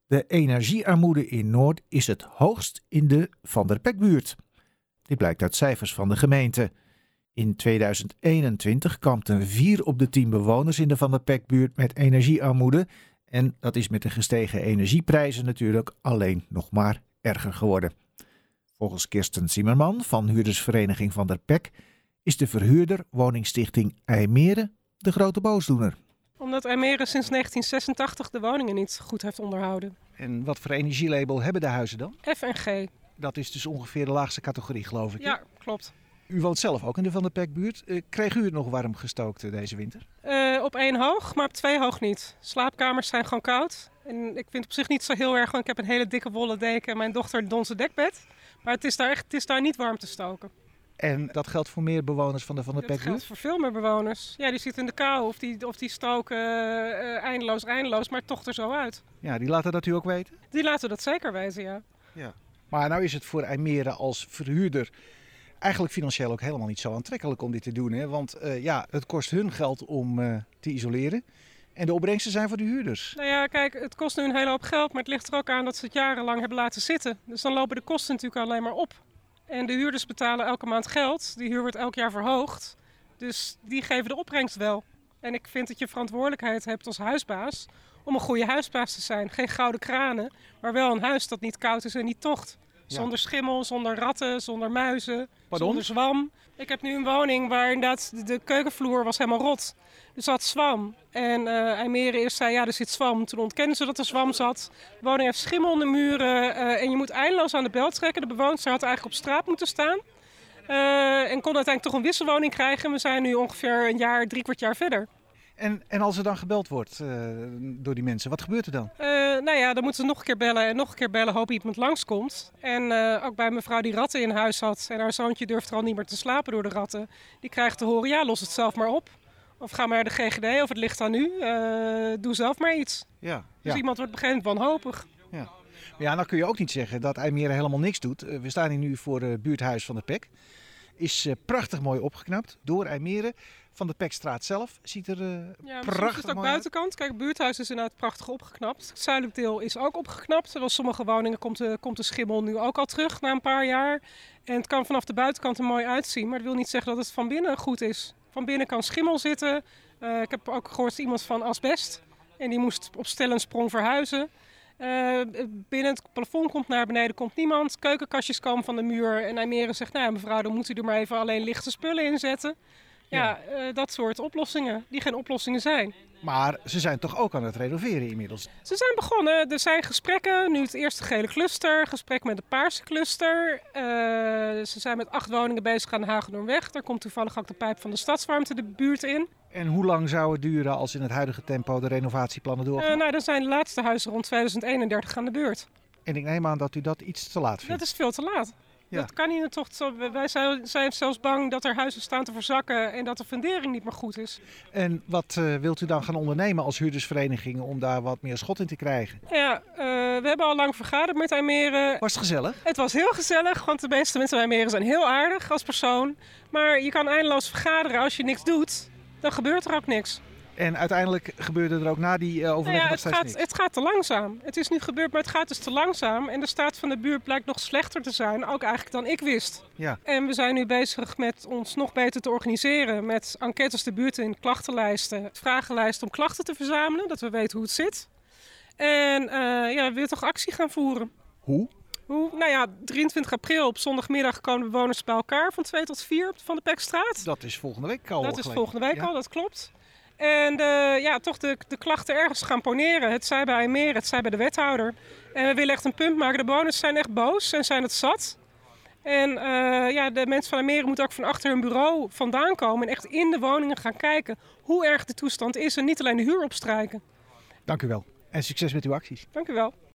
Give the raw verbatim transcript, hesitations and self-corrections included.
De energiearmoede in Noord is het hoogst in de Van der Pekbuurt. Dit blijkt uit cijfers van de gemeente. In tweeduizend eenentwintig kampten vier op de tien bewoners in de Van der Pekbuurt met energiearmoede. En dat is met de gestegen energieprijzen natuurlijk alleen nog maar erger geworden. Volgens Kirsten Zimmerman van huurdersvereniging Van der Pek is de verhuurder woningstichting IJmere de grote boosdoener. Omdat IJmere sinds negentien zesentachtig de woningen niet goed heeft onderhouden. En wat voor energielabel hebben de huizen dan? F en G. Dat is dus ongeveer de laagste categorie, geloof ik. Ja, klopt. U woont zelf ook in de Van der Pekbuurt. Uh, kreeg u het nog warm gestookt uh, deze winter? Uh, op één hoog, maar op twee hoog niet. Slaapkamers zijn gewoon koud. En ik vind het op zich niet zo heel erg, want ik heb een hele dikke wollen deken en mijn dochter een donzen dekbed. Maar het is daar, echt, het is daar niet warm te stoken. En dat geldt voor meer bewoners van de Van der Pekbuurt? Dat geldt voor veel meer bewoners. Ja, die zitten in de kou of die, of die stoken uh, eindeloos, eindeloos, maar toch er zo uit. Ja, die laten dat u ook weten? Die laten dat zeker weten, ja. Ja. Maar nou is het voor IJmere als verhuurder eigenlijk financieel ook helemaal niet zo aantrekkelijk om dit te doen. Hè? Want uh, ja, het kost hun geld om uh, te isoleren. En de opbrengsten zijn voor de huurders. Nou ja, kijk, het kost nu een hele hoop geld, maar het ligt er ook aan dat ze het jarenlang hebben laten zitten. Dus dan lopen de kosten natuurlijk alleen maar op. En de huurders betalen elke maand geld. Die huur wordt elk jaar verhoogd. Dus die geven de opbrengst wel. En ik vind dat je verantwoordelijkheid hebt als huisbaas om een goede huisbaas te zijn. Geen gouden kranen, maar wel een huis dat niet koud is en niet tocht. Ja. Zonder schimmel, zonder ratten, zonder muizen, Pardon? Zonder zwam. Ik heb nu een woning waar inderdaad de keukenvloer was helemaal rot. Er zat zwam. En uh, IJmere eerst zei, ja, er zit zwam. Toen ontkenden ze dat er zwam zat. De woning heeft schimmel in de muren. Uh, en je moet eindeloos aan de bel trekken. De bewoner had eigenlijk op straat moeten staan. Uh, en kon uiteindelijk toch een wisselwoning krijgen. We zijn nu ongeveer een jaar, drie kwart jaar verder. En, en als er dan gebeld wordt uh, door die mensen, wat gebeurt er dan? Uh, nou ja, dan moeten ze nog een keer bellen en nog een keer bellen, hopen iemand langskomt. En uh, ook bij mevrouw die ratten in huis had en haar zoontje durft er al niet meer te slapen door de ratten. Die krijgt te horen, ja, los het zelf maar op. Of ga maar naar de G G D, of het ligt aan u. Uh, doe zelf maar iets. Ja, dus ja. iemand wordt op een gegeven moment wanhopig. Ja. Maar ja, dan kun je ook niet zeggen dat IJmere helemaal niks doet. Uh, we staan hier nu voor het buurthuis Van der Pek. Is uh, prachtig mooi opgeknapt door IJmere. Van de Pekstraat zelf ziet er uh, ja, prachtig is het ook mooi buitenkant. uit. Kijk, het buurthuis is inderdaad prachtig opgeknapt. Het zuidelijk deel is ook opgeknapt. Zoals sommige woningen komt de, komt de schimmel nu ook al terug na een paar jaar. En het kan vanaf de buitenkant er mooi uitzien. Maar dat wil niet zeggen dat het van binnen goed is. Van binnen kan schimmel zitten. Uh, ik heb ook gehoord iemand van asbest. En die moest op stel en sprong verhuizen. Uh, binnen het plafond komt naar beneden komt niemand. Keukenkastjes komen van de muur. En IJmere zegt, nou ja, mevrouw, dan moet u er maar even alleen lichte spullen in zetten. Ja, ja uh, dat soort oplossingen, die geen oplossingen zijn. Maar ze zijn toch ook aan het renoveren inmiddels? Ze zijn begonnen. Er zijn gesprekken. Nu het eerste gele cluster, gesprek met de paarse cluster. Uh, ze zijn met acht woningen bezig aan de Hagedornweg. Daar komt toevallig ook de pijp van de stadswarmte de buurt in. En hoe lang zou het duren als in het huidige tempo de renovatieplannen doorgaan? Uh, nou, dan zijn de laatste huizen rond tweeduizend eenendertig aan de beurt. En ik neem aan dat u dat iets te laat vindt. Dat is veel te laat. Ja. Dat kan niet toch. Wij zijn zelfs bang dat er huizen staan te verzakken en dat de fundering niet meer goed is. En wat uh, wilt u dan gaan ondernemen als huurdersvereniging om daar wat meer schot in te krijgen? Ja, uh, we hebben al lang vergaderd met IJmere. Was het gezellig? Het was heel gezellig, want de meeste mensen bij IJmere zijn heel aardig als persoon. Maar je kan eindeloos vergaderen. Als je niks doet, dan gebeurt er ook niks. En uiteindelijk gebeurde er ook na die uh, overleg nou ja, nog het steeds gaat, niks? Het gaat te langzaam. Het is nu gebeurd, maar het gaat dus te langzaam. En de staat van de buurt blijkt nog slechter te zijn, ook eigenlijk dan ik wist. Ja. En we zijn nu bezig met ons nog beter te organiseren. Met enquêtes de buurt in, klachtenlijsten, vragenlijsten om klachten te verzamelen. Dat we weten hoe het zit. En uh, ja, we willen toch actie gaan voeren. Hoe? Hoe? Nou ja, drieëntwintig april op zondagmiddag komen de bewoners bij elkaar van twee tot vier Van de Pekstraat. Dat is volgende week al. Dat gelijk. is volgende week ja. al, dat klopt. En de, ja, toch de, de klachten ergens gaan poneren. Het zij bij IJmere, het zij bij de wethouder. En we willen echt een punt maken. De bewoners zijn echt boos en zijn het zat. En uh, ja, de mensen van IJmere moeten ook van achter hun bureau vandaan komen. En echt in de woningen gaan kijken hoe erg de toestand is. En niet alleen de huur opstrijken. Dank u wel. En succes met uw acties. Dank u wel.